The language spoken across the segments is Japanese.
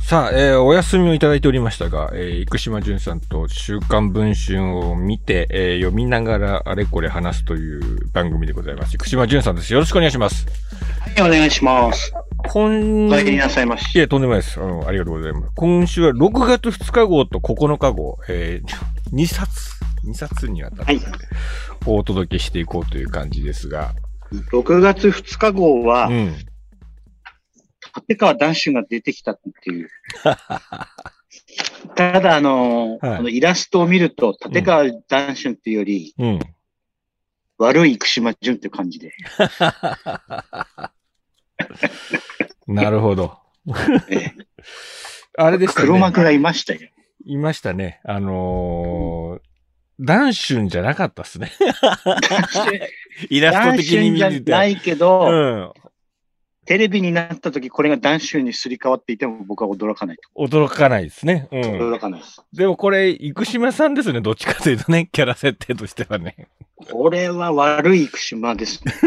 さあ、お休みをいただいておりましたが、生島淳さんと週刊文春を見て、読みながらあれこれ話すという番組でございます。生島淳さんです。よろしくお願いします。 はい、お願いします。お帰りなさいまし。 いえ、とんでもないです。ありがとうございます。今週は6月2日号と9日号、2冊にわたってお届けしていこうという感じですが。 6月2日号は、立川談春が出てきたっていう。ただ、このイラストを見ると、立川談春っていうより、悪い生島淳っていう感じで。 なるほど。あれでしたね。 黒幕がいましたよ。 いましたね。談春じゃなかったっすね。イラスト的に見て談春じゃないけど、テレビになった時これが談春にすり替わっていても僕は驚かないと。 驚かないですね。 驚かないです。 でもこれ、生島さんですね。どっちかというとね、キャラ設定としてはね。 これは悪い生島ですね。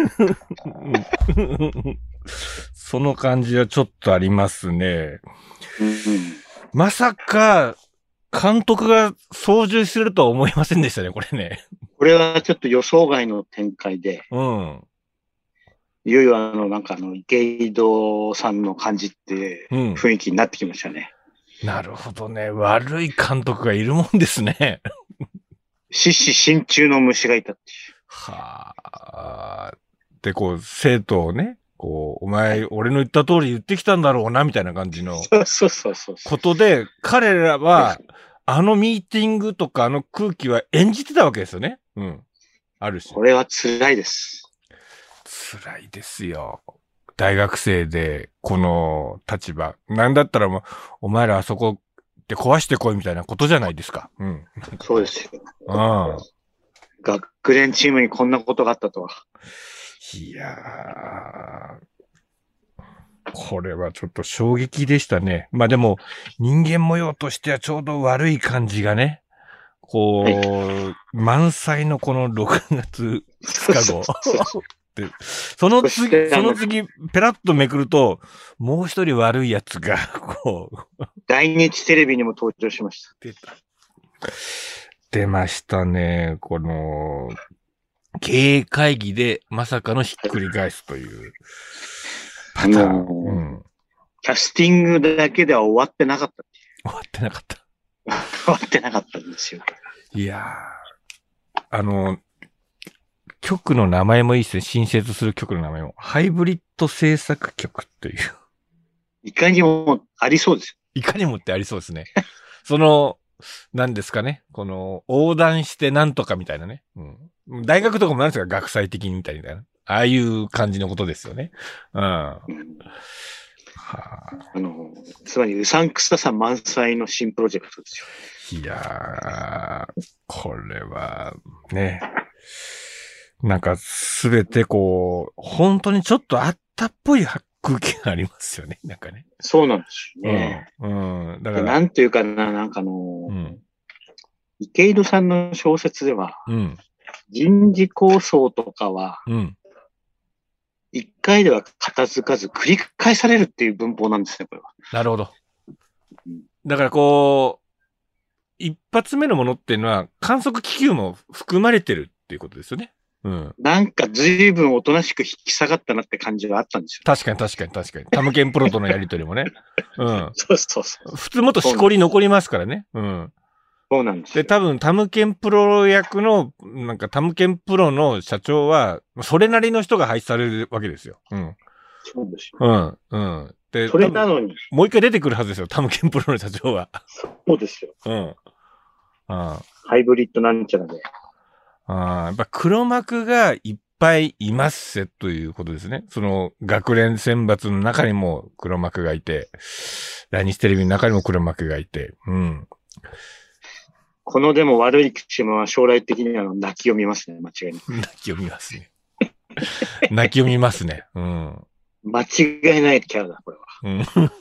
その感じはちょっとありますね。まさか、監督が操縦するとは思いませんでしたね、これね。 これはちょっと予想外の展開で。いよいよ池井戸さんの感じって雰囲気になってきましたね。 なるほどね。悪い監督がいるもんですね。 獅子心中の虫がいたっていう。 はあ。で、生徒をね、お前、俺の言った通り言ってきたんだろうな、みたいな感じの。ことで、彼らは、あのミーティングとかあの空気は演じてたわけですよね。ある種。 これは辛いです。 辛いですよ。大学生で、この立場。なんだったらもう、お前らあそこで壊してこいみたいなことじゃないですか。 そうですよ。学連チームにこんなことがあったとは。 いやー、これはちょっと衝撃でしたね。まあでも、人間模様としてはちょうど悪い感じがね、満載のこの6月2日号。その次、ペラッとめくると、もう一人悪いやつが、 大日テレビにも登場しました。 出ましたね。この、経営会議でまさかのひっくり返すというパターン。 キャスティングだけでは終わってなかったっていう。 終わってなかった。 終わってなかったんですよ。 いやー、局の名前もいいですね。新設する局の名前も。ハイブリッド制作局という。 いかにもありそうですよ。 いかにもってありそうですね。何ですかね。横断してなんとかみたいなね。大学とかもなんですか、学際的にみたいな。ああいう感じのことですよね。 つまりうさんくささ満載の新プロジェクトですよ。いやー、これは、ね。なんか、すべて本当にちょっとあったっぽい空気がありますよね。なんかね。 そうなんですよね。だから。なんていうかな、池井戸さんの小説では、人事構想とかは、一回では片付かず繰り返されるっていう文法なんですね、これは。 なるほど。だから一発目のものっていうのは観測気球も含まれてるっていうことですよね。 なんか随分おとなしく引き下がったなって感じはあったんですよ。 確かに。タムケンプロとのやりとりもね。 そう。 普通もっとしこり残りますからね。 そうなんですよ。 で、多分タムケンプロ役の、タムケンプロの社長は、それなりの人が配置されるわけですよ。 そうですよ。 で、 それなのに。 もう一回出てくるはずですよ、タムケンプロの社長は。 そうですよ。ハイブリッドなんちゃらで。 やっぱ黒幕がいっぱいいますせということですね。学連選抜の中にも黒幕がいて、来日テレビの中にも黒幕がいて、 このでも悪い生島は将来的には泣きを見ますね、間違いなく。 泣きを見ますね。泣きを見ますね。 間違いないキャラだ、これは。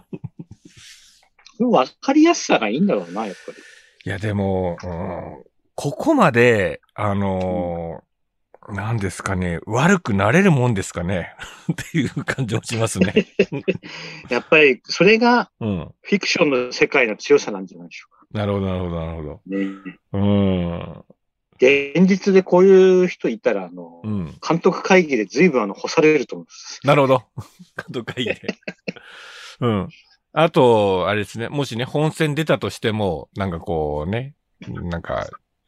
わかりやすさがいいんだろうな、やっぱり。 いや、でも、ここまで、 なんですかね、悪くなれるもんですかねっていう感じもしますね。 やっぱり、それが、フィクションの世界の強さなんじゃないでしょうか。なるほど、なるほど、なるほど。 ね。現実でこういう人いたら、監督会議で随分干されると思います。 なるほど。監督会議で。あと、あれですね、もしね、本戦出たとしても、なんかこうね、なんか、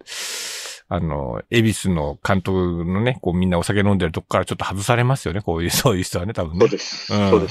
恵比寿の監督のね、こうみんなお酒飲んでるとこからちょっと外されますよね、こういう、そういう人はね、多分ね。 そうです。そうです。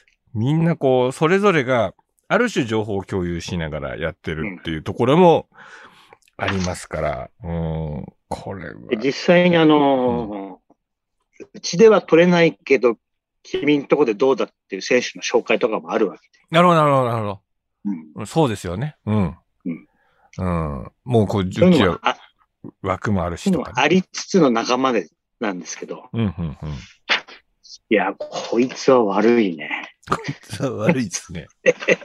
みんなこう、それぞれが、ある種情報を共有しながらやってるっていうところもありますから、これは。 実際にうちでは取れないけど、君んとこでどうだっていう選手の紹介とかもあるわけで。 なるほど、なるほど、なるほど。そうですよね。もうこう、枠もあるしとか、 ありつつの仲間でなんですけど。いや、こいつは悪いね。 こいつは悪いですね。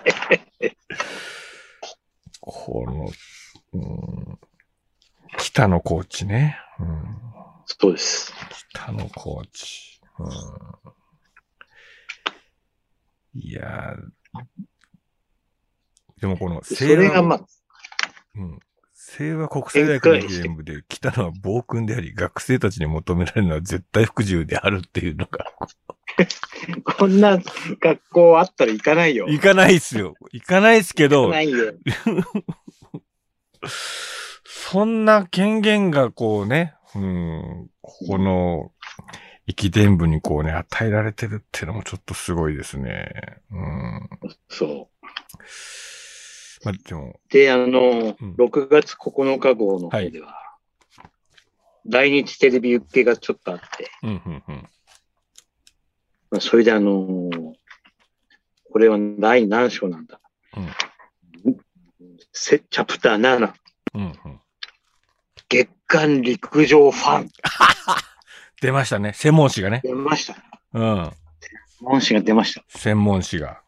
この、北野コーチね。 そうです。 北野コーチ。いやでもこのそれが清和国際大学のゲームで北野は暴君であり、学生たちに求められるのは絶対服従であるっていうのが。 こんな学校あったら行かないよ。 行かないっすよ。行かないっすけど。行かないよ。そんな権限がこうね、この、駅伝部にこうね、与えられてるっていうのもちょっとすごいですね。 そう。 まあ、でも。 で、6月9日号の方では、来日テレビ受けがちょっとあって、それでこれは第何章なんだ。チャプター7。月刊陸上ファン。 出ましたね。専門誌がね。 出ました。専門誌が出ました。 専門誌が。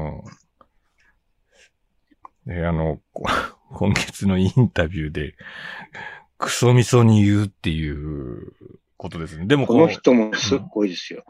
で、今月のインタビューで、クソみそに言うっていうことですね。でもこの人もすっごいですよ。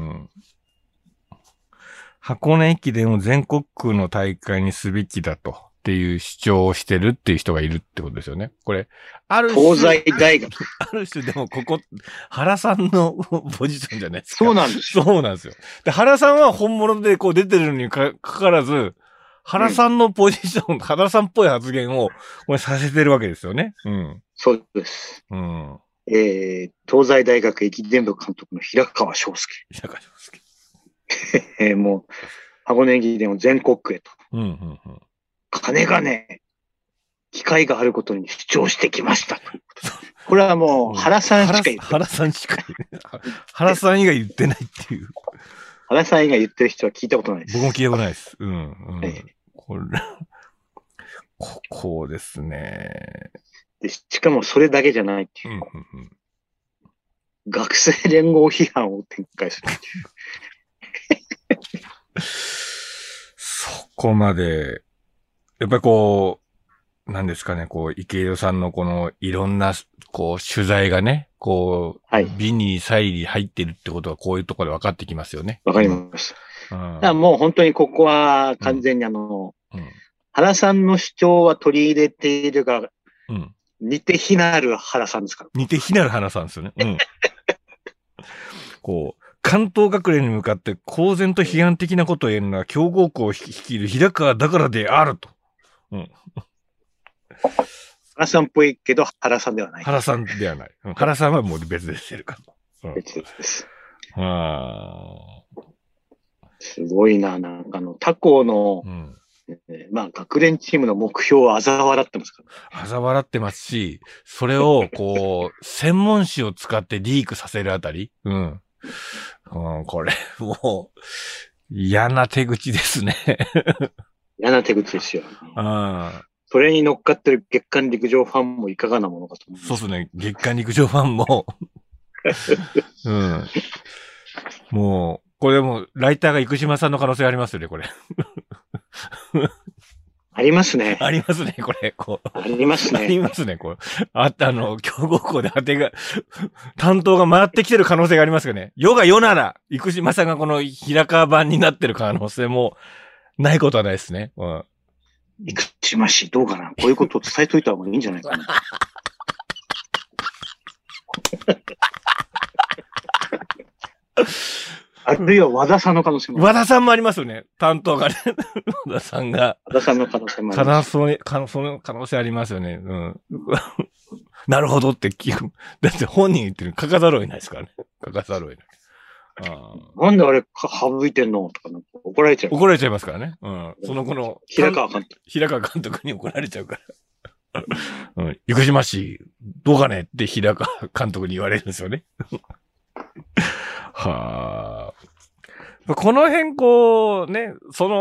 箱根駅伝を全国区の大会にすべきだとっていう主張をしてるっていう人がいるってことですよね。これ、ある種。 東西大学。 ある種でもここ、原さんのポジションじゃないですか。 そうなんですよ。そうなんですよ。で、原さんは本物でこう出てるのにかかわらず、原さんのポジション、原さんっぽい発言をこれさせてるわけですよね。 そうです。東西大学駅伝部監督の平川翔介。 平川翔介。 もう、箱根駅伝を全国区へと。金がね、機会があることに主張してきました。これはもう、原さんしか言ってない。 原さんしか言ってない。原さん以外言ってないっていう。 原さん以外言ってる人は聞いたことないです。 僕も聞いたことないです。こうですね。 で。しかもそれだけじゃないっていう。学生連合批判を展開するっていう。 そこまで、やっぱりこう、なんですかね、こう、池井戸さんのこのいろんな、こう、取材がね、こう、美に細に入ってるってことはこういうところで分かってきますよね。 分かります。だからもう本当にここは完全に原さんの主張は取り入れているが、似て非なる原さんですから。 似て非なる原さんですよね。こう、関東学連に向かって公然と批判的なことを言えるのは強豪校を率いる平川だからであると。 原さんっぽいけど原さんではない。 原さんではない。原さんはもう別でしてるから。 別です。すごいな、なんか他校の、学連チームの目標を嘲笑ってますから。 嘲笑ってますし、それを、こう、専門誌を使ってリークさせるあたり。これ、もう、嫌な手口ですね。 嫌な手口ですよ。それに乗っかってる月刊陸上ファンもいかがなものかと思います。 そうですね。月刊陸上ファンも、もう、これも、ライターが生島さんの可能性ありますよね、これ。 ありますね。 ありますね、これ。こう。 ありますね。 ありますね、これ。強豪校で担当が回ってきてる可能性がありますよね。世が世なら、生島さんがこの平川版になってる可能性もないことはないですね。うん。 生島氏、どうかな、こういうことを伝えといた方がいいんじゃないかな。あるいは和田さんの可能性も。 和田さんもありますよね。担当がね。和田さんが。 和田さんの可能性もあります。 その可能性ありますよね。うん。なるほどって聞く。だって本人言ってる書かざるを得ないですからね。書かざるを得ない。 なんであれ省いてんのとか怒られちゃう。 怒られちゃいますからね。うん。その後の平川監督に怒られちゃうから。うん。生島氏、どうかねって平川監督に言われるんですよね。はあ。この辺こうね、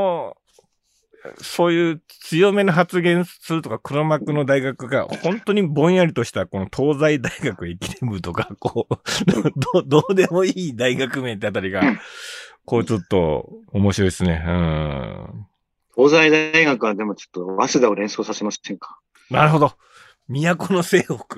そういう強めの発言するとか黒幕の大学が本当にぼんやりとしたこの東西大学駅伝部とかこうどうでもいい大学名ってあたりがこうちょっと面白いですね。うん。 東西大学はでもちょっと早稲田を連想させませんか。 なるほど。都の西北。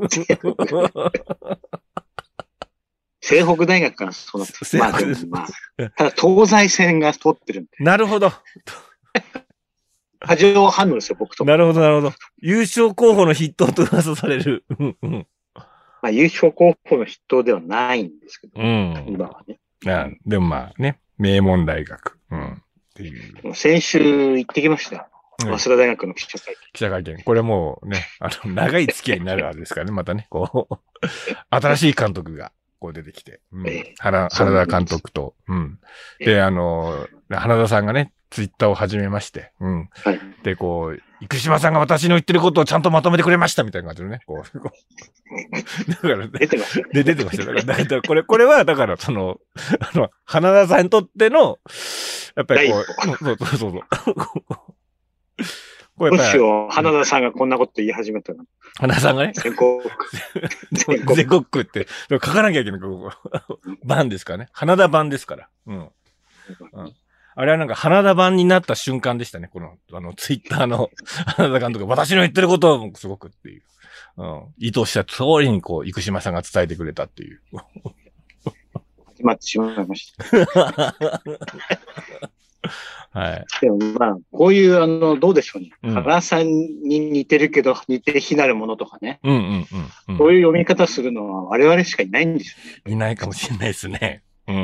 西北大学からそうなって。ただ東西線が通ってるんで。 なるほど。 過剰反応ですよ、僕と。 なるほど、なるほど。優勝候補の筆頭と噂される。 優勝候補の筆頭ではないんですけど、今はね。 でもまあね、名門大学。っていう。先週行ってきましたよ。早稲田大学の記者会見。 記者会見。これもうね、長い付き合いになるわけですからね、またね、こう、新しい監督がこう出てきて、原田監督と、で、花田さんがね、ツイッターを始めまして、で、こう、生島さんが私の言ってることをちゃんとまとめてくれましたみたいな感じのね、こう。だから、 出てました。 出てました。だからこれは、だから、花田さんにとっての、やっぱりこう、そう。 もしよ、花田さんがこんなこと言い始めたら。 花田さんがね。 全国区って、書かなきゃいけない。版ですからね。花田版ですから。あれはなんか花田版になった瞬間でしたね。この、ツイッターの花田監督が私の言ってることをすごくっていう。意図した通りにこう、生島さんが伝えてくれたっていう。 始まってしまいました。 はい。 でもまあ、こういう、どうでしょうね。原さんに似てるけど、似て非なるものとかね。そういう読み方するのは我々しかいないんですよね。 いないかもしれないですね。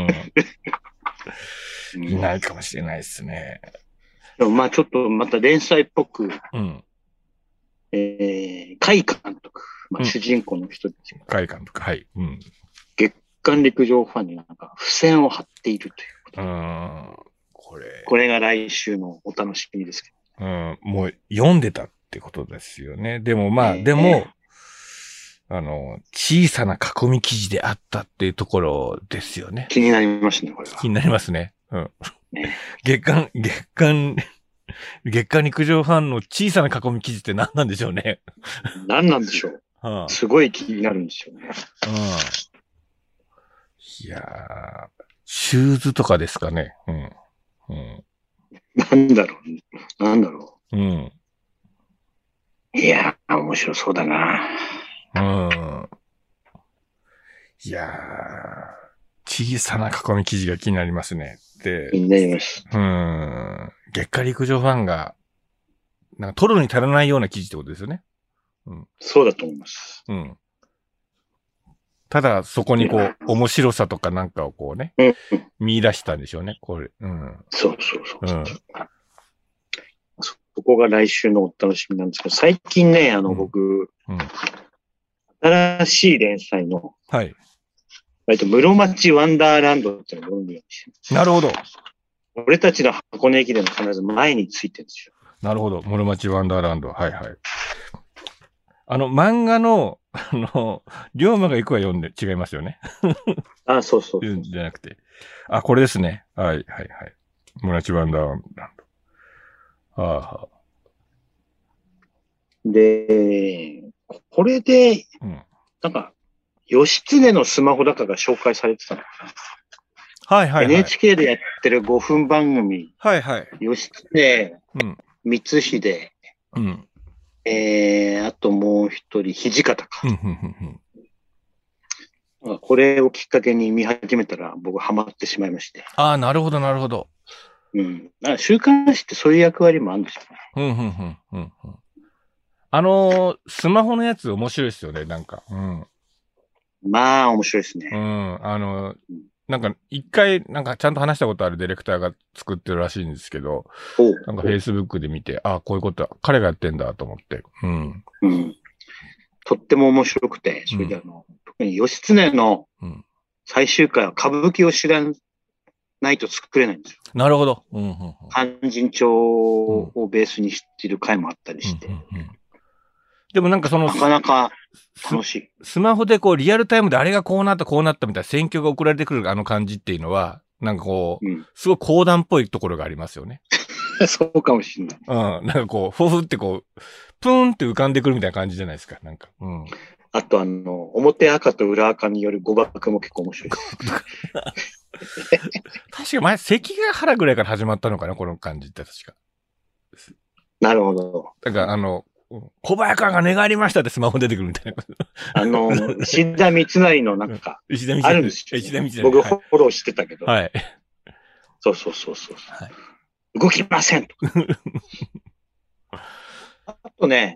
いないかもしれないですね。 でもまあちょっとまた連載っぽく、甲斐監督、主人公の人です。 甲斐監督、はい。 月刊陸上ファンになんか付箋を貼っているということ。これが来週のお楽しみですけど。もう読んでたってことですよね。でもまあ、でも、小さな囲み記事であったっていうところですよね。 気になりますね、これは。 気になりますね。月刊陸上ファンの小さな囲み記事って何なんでしょうね。 何なんでしょう。すごい気になるんですよね。 いやー、シューズとかですかね。 なんだろう。いやー、面白そうだな。 いやー、小さな囲み記事が気になりますね。 気になります。 月刊陸上ファンが、なんか取るに足らないような記事ってことですよね。 そうだと思います。 ただ、そこにこう、面白さとかなんかをこうね、見出したんでしょうね、これ。 そう。そこが来週のお楽しみなんですけど、最近ね、僕、新しい連載の、室町ワンダーランドっていうのを読んでるようにしてます。 なるほど。 俺たちの箱根駅伝の必ず前についてるんですよ。 なるほど。室町ワンダーランド。はい。漫画の、龍馬が行くは読んで違いますよね。 そう。 じゃなくて。これですね。はい。室町ワンダーランド。 で、これで、なんか、義経のスマホだかが紹介されてたのかな。NHK でやってる5分番組。義経、 光秀。 うん。 あともう一人、土方か。これをきっかけに見始めたら僕ハマってしまいまして。 ああ、なるほど、なるほど。 うん。週刊誌ってそういう役割もあるんですよね。スマホのやつ面白いですよね、なんか。うん。 まあ、面白いですね。 うん。なんか、一回、なんか、ちゃんと話したことあるディレクターが作ってるらしいんですけど、なんか、Facebook で見て、あ、こういうこと、彼がやってんだと思って。うん。 うん。とっても面白くて、それで特に義経の最終回は歌舞伎を知らないと作れないんですよ。 なるほど。 勧進帳をベースにしている回もあったりして。 でもなんかなかなか楽しい。 スマホでこうリアルタイムであれがこうなったこうなったみたいな選挙が送られてくるあの感じっていうのは、なんかこう、すごい講談っぽいところがありますよね。 そうかもしれない。 うん。なんかこう、ふふってこう、プーンって浮かんでくるみたいな感じじゃないですか。なんか。うん。 あと表赤と裏赤による誤爆も結構面白いです。 確か前、関ヶ原ぐらいから始まったのかな、この感じって確か。 なるほど。 だから小早川が願いましたってスマホ出てくるみたいな。石田三成のなんか、あるんですよ、ね。 石田三成。 僕フォローしてたけど。 はい。 そう。はい、動きませんと。あとね、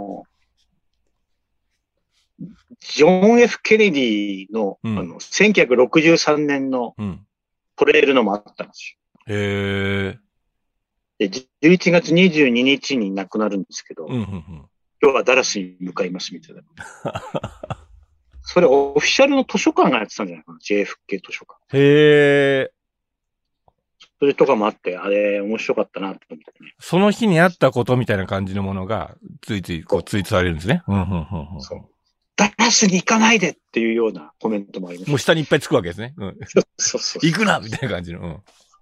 ジョン・ F ・ケネディの、1963年のトレイルのもあったんですよ。へー。 で、11月22日に亡くなるんですけど、今日はダラスに向かいますみたいな。それオフィシャルの図書館がやってたんじゃないかな、JFK 図書館。 へー。 それとかもあって、あれ面白かったなと思ってね。 その日にあったことみたいな感じのものが、ついついこうツイートされるんですね。 そう。ダラスに行かないでっていうようなコメントもあります。 もう下にいっぱいつくわけですね。 そう。 行くなみたいな感じの。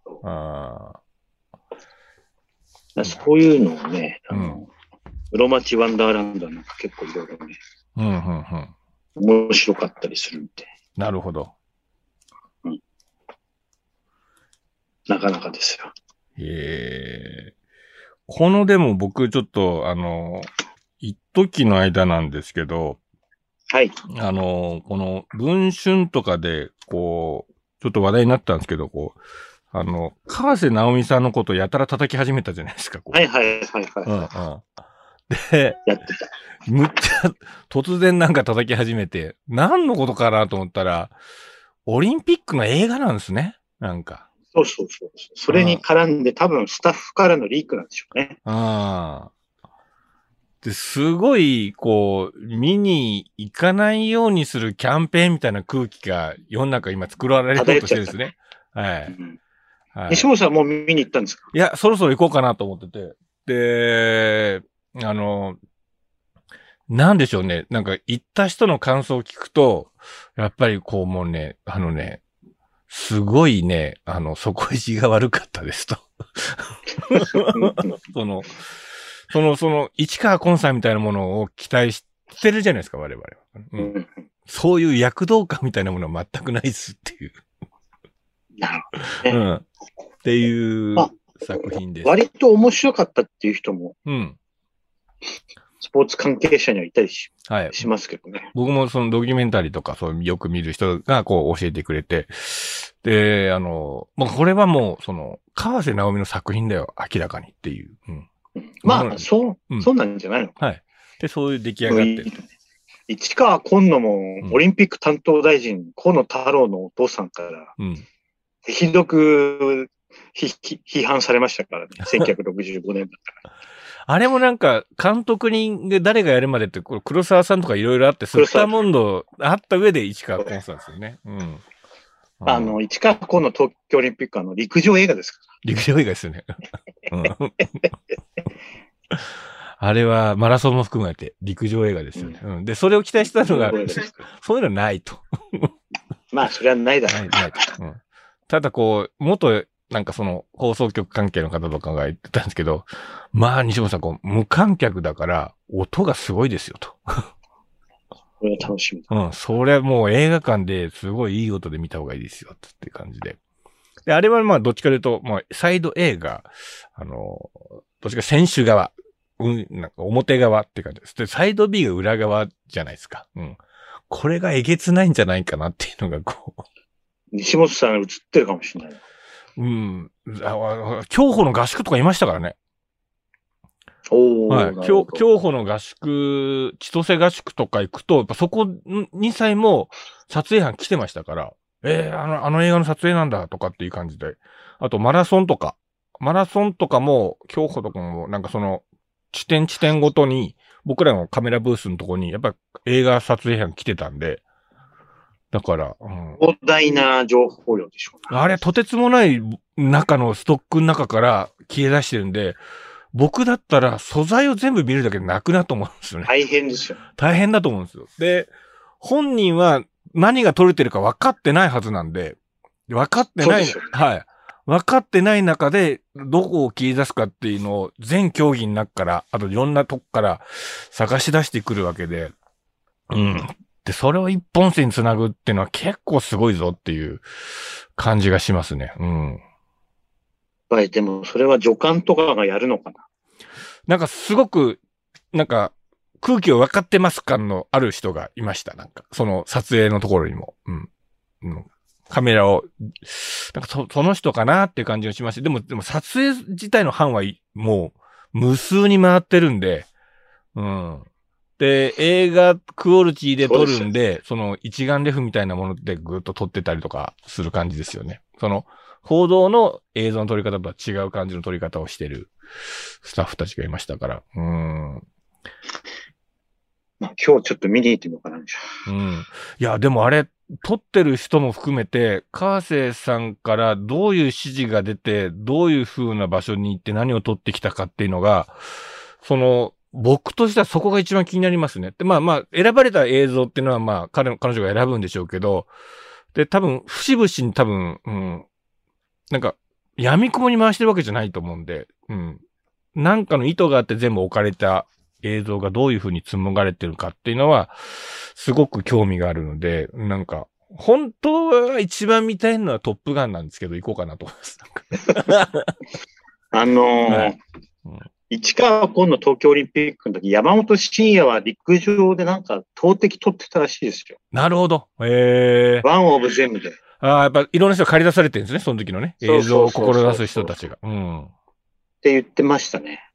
そういうのをね、室町ワンダーランドなんか結構いろいろね、面白かったりするんで。 なるほど。 なかなかですよ。 このでも僕ちょっと一時の間なんですけど、 はい。 この文春とかで、こう、ちょっと話題になったんですけど、こう、河瀬直美さんのことをやたら叩き始めたじゃないですか。 はい。 で、 やってた。 むっちゃ、突然なんか叩き始めて、何のことかなと思ったら、オリンピックの映画なんですね。なんか。 そう。それに絡んで多分スタッフからのリークなんでしょうね。 で、すごい、こう、見に行かないようにするキャンペーンみたいな空気が世の中今作られようとしてるんですね。はい。 西本さんもう見に行ったんですか？ いや、そろそろ行こうかなと思ってて。で、なんでしょうね。なんか行った人の感想を聞くと、やっぱりこうもうね、すごいね、底意地が悪かったですと。市川崑さんみたいなものを期待してるじゃないですか、我々は。そういう躍動感みたいなものは全くないっすっていう。 なるほどね。 っていう作品です。 割と面白かったっていう人も、スポーツ関係者にはいたりしますけどね。 僕もそのドキュメンタリーとかよく見る人がこう教えてくれて、で、もうこれはもう河瀬直美の作品だよ、明らかにっていう。 そうなんじゃないの？ はい。で、そういう出来上がってる。 市川崑のも、オリンピック担当大臣、河野太郎のお父さんから、ひどく批判されましたからね。1965年だったから。 あれもなんか、監督に誰がやるまでって、黒沢さんとかいろいろあって、スーパーモンドあった上で市川崑さんですよね。 市川崑の東京オリンピックは陸上映画ですから。 陸上映画ですよね。あれはマラソンも含めて陸上映画ですよね。で、それを期待したのが、そういうのはないと。 まあ、それはないだろう。 ないと。ただこう、なんか放送局関係の方とかが言ってたんですけど、まあ、西本さん、無観客だから、音がすごいですよと。 これは楽しみだ。それはもう映画館ですごいいい音で見た方がいいですよ、っていう感じで。で、あれはまあ、どっちかというと、まあ、サイド A が、 どっちか選手側、なんか表側って感じです。で、サイド B が裏側じゃないですか。うん。これがえげつないんじゃないかなっていうのがこう。 西本さん映ってるかもしれない。 うん。競歩の合宿とかいましたからね。はい。競歩の合宿、千歳合宿とか行くと、やっぱそこ2歳も撮影班来てましたから、あの映画の撮影なんだとかっていう感じで。あとマラソンとかも、競歩とかも、なんかその、地点ごとに、僕らのカメラブースのとこに、やっぱ映画撮影班来てたんで、だから、 膨大な情報量でしょうね。あれ、とてつもない中のストックの中から消え出してるんで、僕だったら素材を全部見るだけで泣くなと思うんですよね。 大変ですよ。 大変だと思うんですよ。で、本人は何が撮れてるか分かってないはずなんで、分かってない、はい。分かってない中で、どこを切り出すかっていうのを全競技の中から、あといろんなとこから探し出してくるわけで、うん。で、それを一本線につなぐっていうのは結構すごいぞっていう感じがしますね。うん。 はい、でもそれは助監とかがやるのかな。 なんかすごく、なんか空気を分かってます感のある人がいました。なんか、その撮影のところにも。うん。うん、カメラを、なんかその人かなっていう感じがしまして、でも撮影自体の班はもう無数に回ってるんで、うん。で、映画クオリティで撮るんで、その一眼レフみたいなものでぐっと撮ってたりとかする感じですよね。その、報道の映像の撮り方とは違う感じの撮り方をしてるスタッフたちがいましたから。 まあ、今日ちょっと見に行ってみようかな。 うん。いや、でもあれ、撮ってる人も含めて、川瀬さんからどういう指示が出て、どういう風な場所に行って何を撮ってきたかっていうのが、僕としてはそこが一番気になりますね。で、まあ、選ばれた映像っていうのはまあ、彼女が選ぶんでしょうけど、で、多分、節々に多分、なんか、闇雲に回してるわけじゃないと思うんで、なんかの意図があって全部置かれた映像がどういう風に紡がれてるかっていうのは、すごく興味があるので、なんか、本当は一番見たいのはトップガンなんですけど、行こうかなと思います。 はい市川今度東京オリンピックの時、山本慎也は陸上でなんか投擲取ってたらしいですよ。 なるほど。 ワンオブ全部で。 やっぱいろんな人が借り出されてるんですね、その時のね。映像を志す人たちが。 って言ってましたね。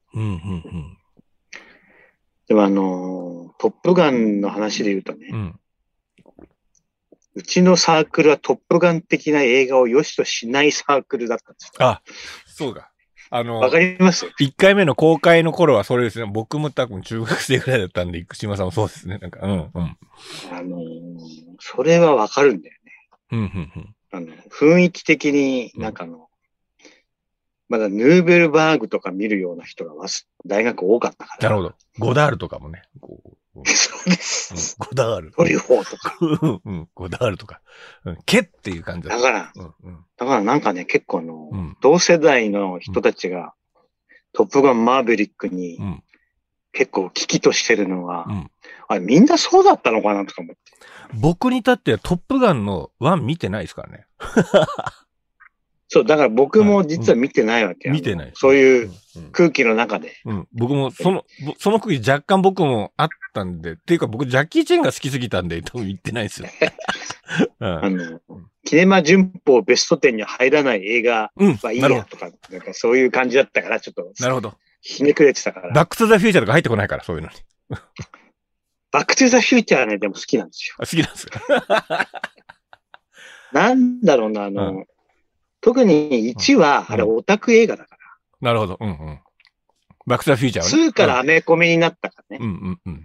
でもトップガンの話で言うとね、うちのサークルはトップガン的な映画を良しとしないサークルだったんです。 あ、そうか。 わかります ？1回目の公開の頃はそれですね。僕も多分中学生ぐらいだったんで、生島さんもそうですね。なんか、 それはわかるんだよね。雰囲気的になんかまだヌーベルバーグとか見るような人が大学多かったから。 なるほど。ゴダールとかもね。 そうです。 ゴダール。 トリュフォーとか。 ゴダールとか。ケっていう感じだから、なんかね、結構同世代の人たちが、トップガンマーヴェリックに、結構危機としてるのは、あれみんなそうだったのかなとか思って。 僕に至ってはトップガンの1見てないですからね。 そう、だから僕も実は見てないわけ。 見てない。 そういう空気の中で。 僕も、その空気若干僕もあったんで、っていうか僕ジャッキー・チェンが好きすぎたんで、多分言ってないですよ。 キネマ旬報ベスト10に入らない映画はいいやとか、なんかそういう感じだったから、ちょっと。 なるほど。 ひねくれてたから。 バックトゥザフューチャーとか入ってこないから、そういうのに。 バックトゥザフューチャーはね、でも好きなんですよ。 好きなんですかなんだろうな、特に1は、あれオタク映画だから。 なるほど。バックトゥザフューチャーはね。 2からアメコミになったからね。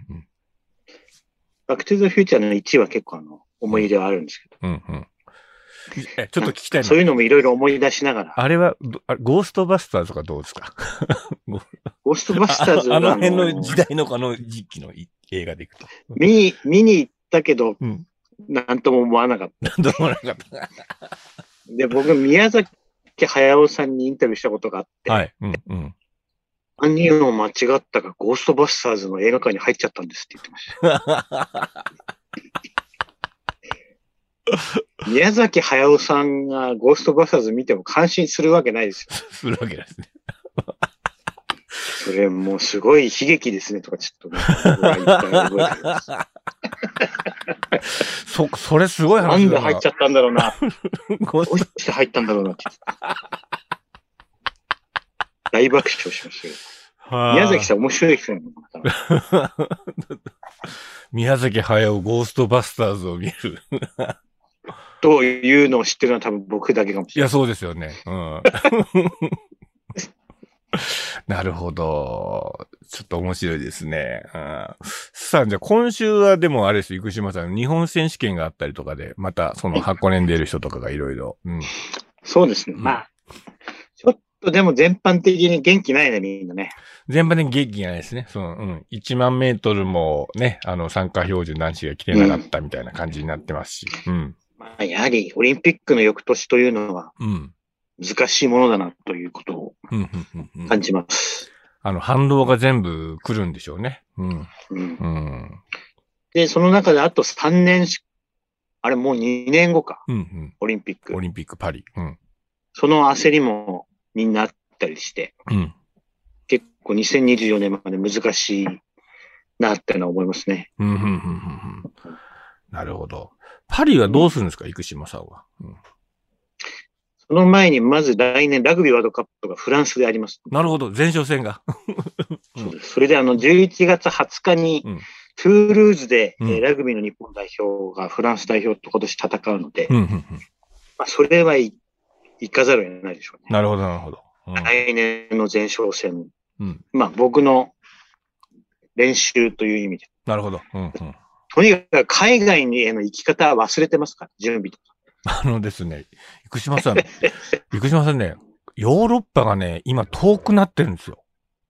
バックトゥザフューチャーの1は結構思い入れはあるんですけど。 ちょっと聞きたいそういうのもいろいろ思い出しながら。 あれは、ゴーストバスターズとかどうですか？ ゴーストバスターズはあの辺の時代の時期の映画でいくと。 見に行ったけど、なんとも思わなかった。 なんとも思わなかった。 で、僕、宮崎駿さんにインタビューしたことがあって、 はい。 何を間違ったか、ゴーストバスターズの映画館に入っちゃったんですって言ってました。宮崎駿さんがゴーストバスターズ見ても感心するわけないですよ。 するわけないですね。 それもうすごい悲劇ですねとかちょっとね、覚えてます。 それすごい話だな。 なんで入っちゃったんだろうな。どうして入ったんだろうなって。大爆笑しましたよ。宮崎さん面白いですね。 宮崎駿ゴーストバスターズを見る。 というのを知ってるのは多分僕だけかもしれない。 いや、そうですよね。うん。なるほど。ちょっと面白いですね。うん、さあ、じゃあ今週はでもあれです、生島さん、日本選手権があったりとかで、またその箱根に出る人とかがいろいろ。 そうですね。まあ、ちょっとでも全般的に元気ないね、みんなね。 全般的に元気がないですね。1万メートルもね、参加標準男子が来てなかったみたいな感じになってますし。 まあ、やはりオリンピックの翌年というのは、難しいものだなということを感じます。 反動が全部来るんでしょうね。 で、その中であと3年あれもう2年後か。オリンピック。 オリンピックパリ。 その焦りもみんなあったりして、結構2024年まで難しいなってのは思いますね。 なるほど。パリはどうするんですか、生島さんは。 その前に、まず来年ラグビーワールドカップがフランスであります。 なるほど。前哨戦が。 そうです。それで11月20日に、トゥールーズで、ラグビーの日本代表がフランス代表と今年戦うので、まあ、それは行かざるを得ないでしょうね。 なるほど、なるほど。 来年の前哨戦。まあ、僕の練習という意味で。 なるほど。 とにかく海外への行き方は忘れてますから、準備とか。 ですね、生島さんね、ヨーロッパがね、今遠くなってるんですよ。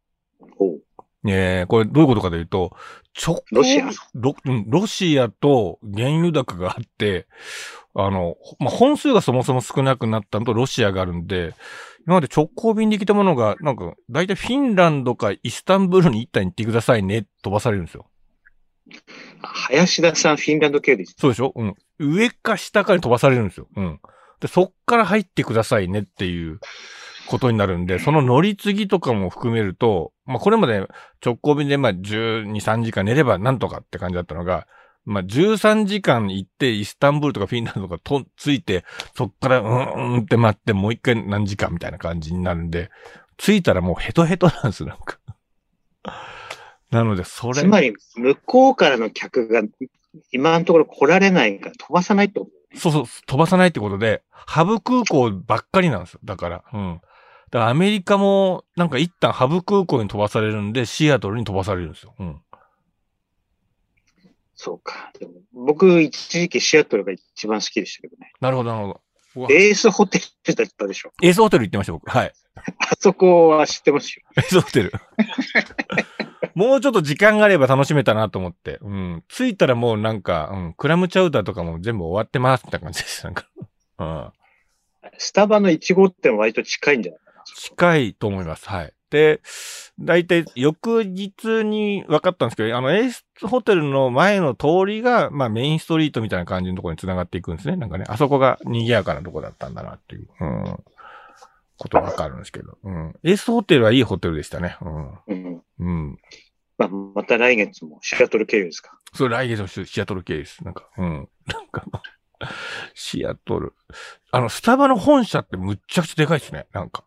これどういうことかというと、 ロシアと原油高があって、本数がそもそも少なくなったのとロシアがあるんで、今まで直行便で来たものが、だいたいフィンランドかイスタンブールに一旦行ってくださいね、飛ばされるんですよ。 林田さん、フィンランド系です。 そうでしょ？上か下かに飛ばされるんですよ。で、そっから入ってくださいねっていうことになるんで、その乗り継ぎとかも含めると、これまで直行便で12、3時間寝ればなんとかって感じだったのが、13時間行ってイスタンブールとかフィンランドとかついて、そっからって待ってもう一回何時間みたいな感じになるんで、着いたらもうヘトヘトなんですよ、なんか。なので、 つまり、向こうからの客が今のところ来られないから飛ばさないってこと？ そう、飛ばさないってことで、ハブ空港ばっかりなんですよ。だから。だからアメリカも、一旦ハブ空港に飛ばされるんで、シアトルに飛ばされるんですよ。 そうか。でも僕、一時期シアトルが一番好きでしたけどね。 なるほど、なるほど。 エースホテルだったでしょ。 エースホテル行ってました、僕。はい。 あそこは知ってますよ。 エースホテル。もうちょっと時間があれば楽しめたなと思って。着いたらもうクラムチャウダーとかも全部終わってますって感じです。 スタバの1号店は割と近いんじゃないかな。 近いと思います。はい。で、だいたい翌日に分かったんですけど、エースホテルの前の通りが、メインストリートみたいな感じのところに繋がっていくんですね。あそこが賑やかなところだったんだなっていう、ことがわかるんですけど。エースホテルはいいホテルでしたね。 また来月もシアトル経由ですか？ そう、来月もシアトル経由です。シアトル。スタバの本社ってむっちゃくちゃでかいですね。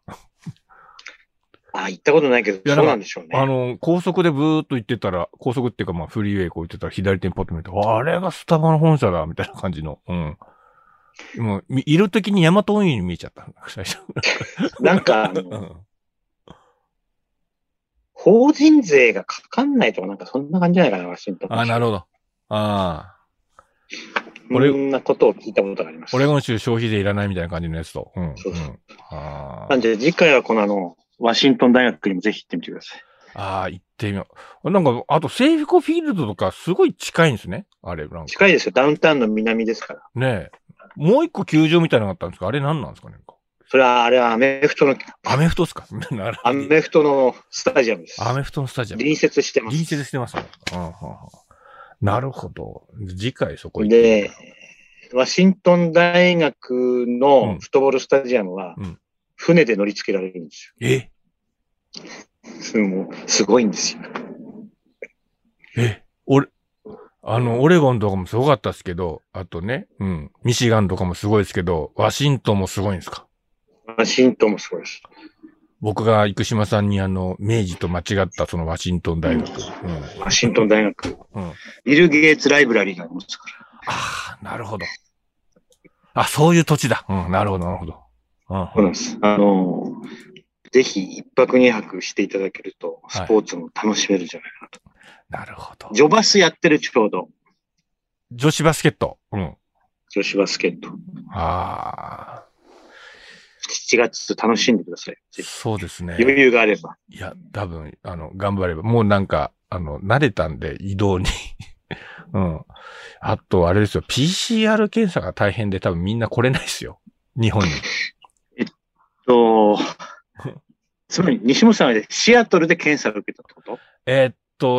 行ったことないけど、そうなんでしょうね。 高速でブーっと行ってたら、高速っていうかフリーウェイこう行ってたら左手にポッと見て、あれがスタバの本社だ、みたいな感じの。もう、いるときにヤマト運輸に見えちゃった。最初。 法人税がかかんないとかそんな感じじゃないかな、ワシントン。 なるほど。 こんなことを聞いたことがあります。 オレゴン州消費税いらないみたいな感じのやつと。 そうそう。なんで次回はこのワシントン大学にもぜひ行ってみてください。行ってみよう。あと、セイフコフィールドとかすごい近いんですね。あれ、 近いですよ。ダウンタウンの南ですから。 ねえ。もう一個球場みたいなのがあったんですか？あれ何なんですかね？ それは、あれはアメフトの。 アメフトですか？ アメフトのスタジアムです。 アメフトのスタジアム。 隣接してます。 隣接してますね。なるほど。次回そこ行ってで、ワシントン大学のフットボールスタジアムは、船で乗り付けられるんですよ。 もう、すごいんですよ。 オレゴンとかもすごかったですけど、あとね、ミシガンとかもすごいですけど、ワシントンもすごいんですか？ ワシントンもすごいです。 僕が生島さんに明治と間違ったそのワシントン大学。 ワシントン大学。ビル・ゲイツ・ライブラリーがありますから。 ああ、なるほど。あ、そういう土地だ。なるほど、なるほど。 そうなんです。ぜひ一泊二泊していただけると、スポーツも楽しめるんじゃないかなと。 なるほど。 ジョバスやってるちょうど。 女子バスケット。 女子バスケット。 ああ。 7月楽しんでください。 そうですね。 余裕があれば。 いや、多分、頑張れば。もうなんか、慣れたんで、移動に。あと、あれですよ。PCR 検査が大変で多分みんな来れないですよ。日本に。 つまり、西本さんはシアトルで検査を受けたってこと？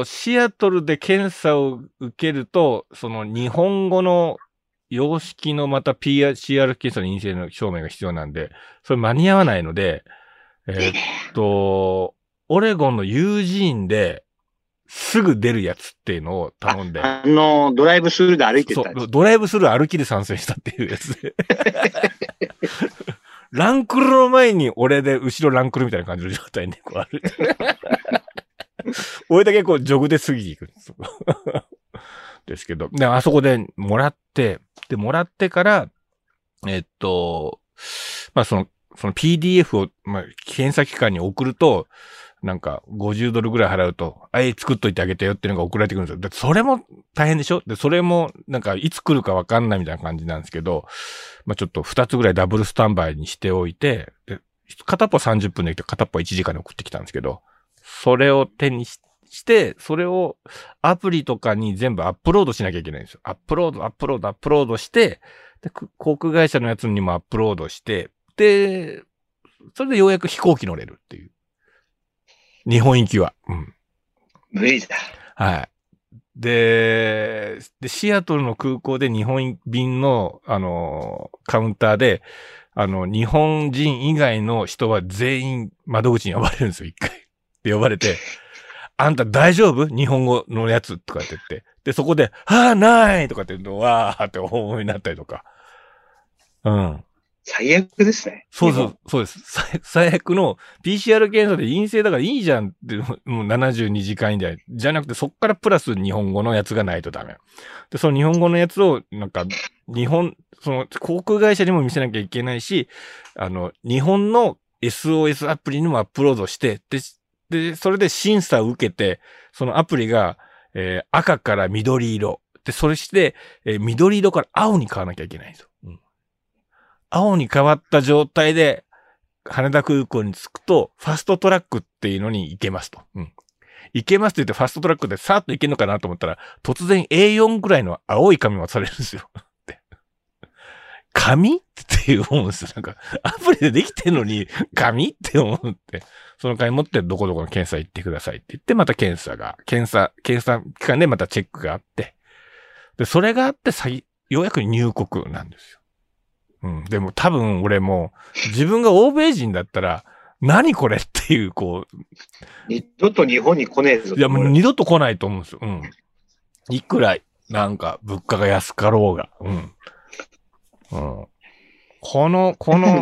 シアトルで検査を受けると、その日本語の様式のまた PCR 検査の陰性の証明が必要なんで、それ間に合わないので、オレゴンのユージーンですぐ出るやつっていうのを頼んで。 ドライブスルーで歩いてたやつ。 そう、ドライブスルー歩きで参戦したっていうやつで。ランクルの前に俺で後ろランクルみたいな感じの状態にこう歩いて。俺だけこうジョグで過ぎていくんです。ですけど。で、あそこでもらって、で、もらってから、まあ、その PDF を、まあ、検査機関に送ると、なんか、$50ぐらい払うと、作っといてあげてよっていうのが送られてくるんですよ。で、それも大変でしょ？で、それも、なんか、いつ来るかわかんないみたいな感じなんですけど、まあ、ちょっと2つぐらいダブルスタンバイにしておいて、で、片っぽ30分で来て、片っぽ1時間で送ってきたんですけど、それを手にして、それをアプリとかに全部アップロードしなきゃいけないんですよ。アップロードして、で、航空会社のやつにもアップロードして、で、それでようやく飛行機乗れるっていう。日本行きは。 無理だ。 はい。で、シアトルの空港で日本便の、カウンターで、日本人以外の人は全員窓口に呼ばれるんですよ、一回。で、呼ばれて、あんた大丈夫？日本語のやつとかって言って。で、そこで、ないとかって言うの、わーって思いになったりとか。 最悪ですね。 そうです。最悪の PCR 検査で陰性だからいいじゃんって、もう72時間以内。じゃなくてそっからプラス日本語のやつがないとダメ。で、その日本語のやつを、なんか、その航空会社にも見せなきゃいけないし、日本の SOS アプリにもアップロードして、で、それで審査を受けて、そのアプリが、赤から緑色。で、それして、緑色から青に変わらなきゃいけないんですよ。青に変わった状態で、羽田空港に着くと、ファストトラックっていうのに行けますと。行けますって言ってファストトラックでさーっと行けるのかなと思ったら、突然 A4 ぐらいの青い紙を渡されるんですよ。紙って思うんですよ。なんか、アプリでできてんのに、紙って思って、その紙持ってどこどこの検査行ってくださいって言って、また検査機関でまたチェックがあって、で、それがあってようやく入国なんですよ。でも多分俺も、自分が欧米人だったら、何これっていう、こう。 二度と日本に来ねえぞ。 いや、もう二度と来ないと思うんですよ。いくら、なんか、物価が安かろうが。この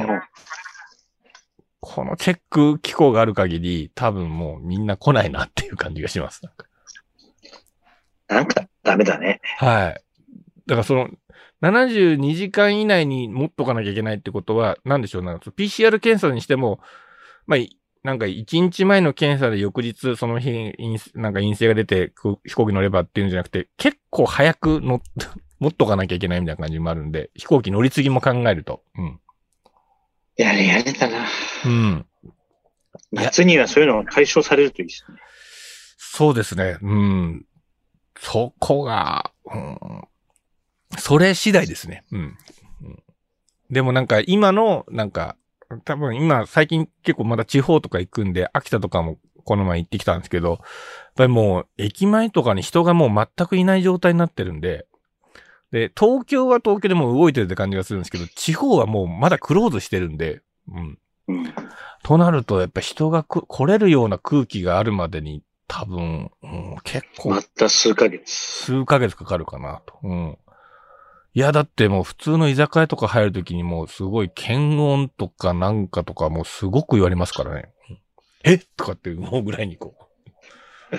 チェック機構がある限り、多分もうみんな来ないなっていう感じがします。 なんかダメだね。 はい。だからその、72時間以内に持っとかなきゃいけないってことは、なんでしょうな。PCR 検査にしても、まあ、なんか1日前の検査で翌日その日、なんか陰性が出て飛行機乗ればっていうんじゃなくて、結構早く持っとかなきゃいけないみたいな感じもあるんで、飛行機乗り継ぎも考えると。 やれたな。夏にはそういうのが解消されるといいですね。 そうですね。そこが、それ次第ですね。でもなんか今の、なんか、多分今最近結構まだ地方とか行くんで、秋田とかもこの前行ってきたんですけど、やっぱりもう駅前とかに人がもう全くいない状態になってるんで、で、東京は東京でもう動いてるって感じがするんですけど、地方はもうまだクローズしてるんで、 うん。 となると、やっぱ人が来れるような空気があるまでに、多分、結構。 また数ヶ月。 数ヶ月かかるかなと。うん。いや、だってもう普通の居酒屋とか入るときにもうすごい検温とかなんかとかもうすごく言われますからね。えとかって思うぐらいにこう。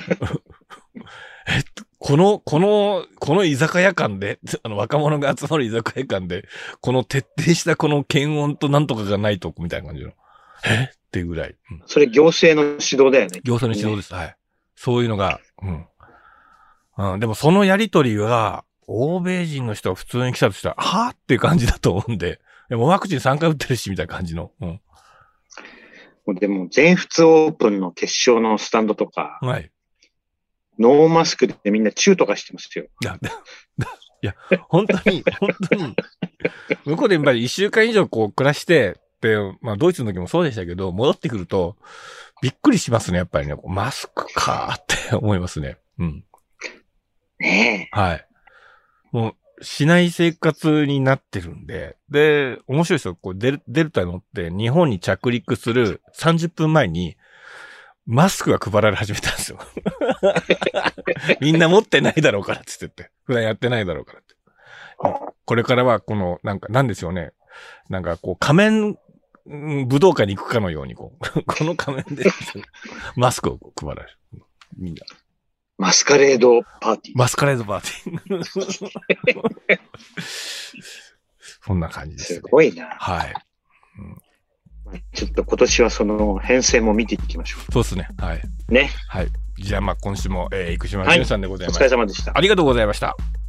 この居酒屋館で、若者が集まる居酒屋館で、この徹底したこの検温となんとかがないと、みたいな感じの。っていうぐらい。 うん、それ行政の指導だよね。 行政の指導です。はい。そういうのが、でもそのやりとりは、欧米人の人が普通に来たとしたら、はぁっていう感じだと思うんで、でもワクチン3回打ってるし、みたいな感じの。 でも、全仏オープンの決勝のスタンドとか、 はい。 ノーマスクでみんなチューとかしてますよ。 いや、本当に、向こうでやっぱり1週間以上こう暮らして、で、まあドイツの時もそうでしたけど、戻ってくると、びっくりしますね、やっぱりね。マスクかーって思いますね。うん。 ねえ。はい。もう、しない生活になってるんで、で、面白いですよ。こうデルタ乗って日本に着陸する30分前に、マスクが配られ始めたんですよ。みんな持ってないだろうからって言って。普段やってないだろうからって。これからはこの、なんですよね。なんかこう仮面、武道館に行くかのようにこの仮面でマスクを配られる。みんな。 マスカレードパーティー。 マスカレードパーティー。そんな感じです、ね。 すごいな。 はい。 ちょっと今年はその編成も見ていきましょう。 そうですね。はい。 ね。 はい。じゃあまあ今週も、生島淳さんでございます。 お疲れ様でした。 ありがとうございました。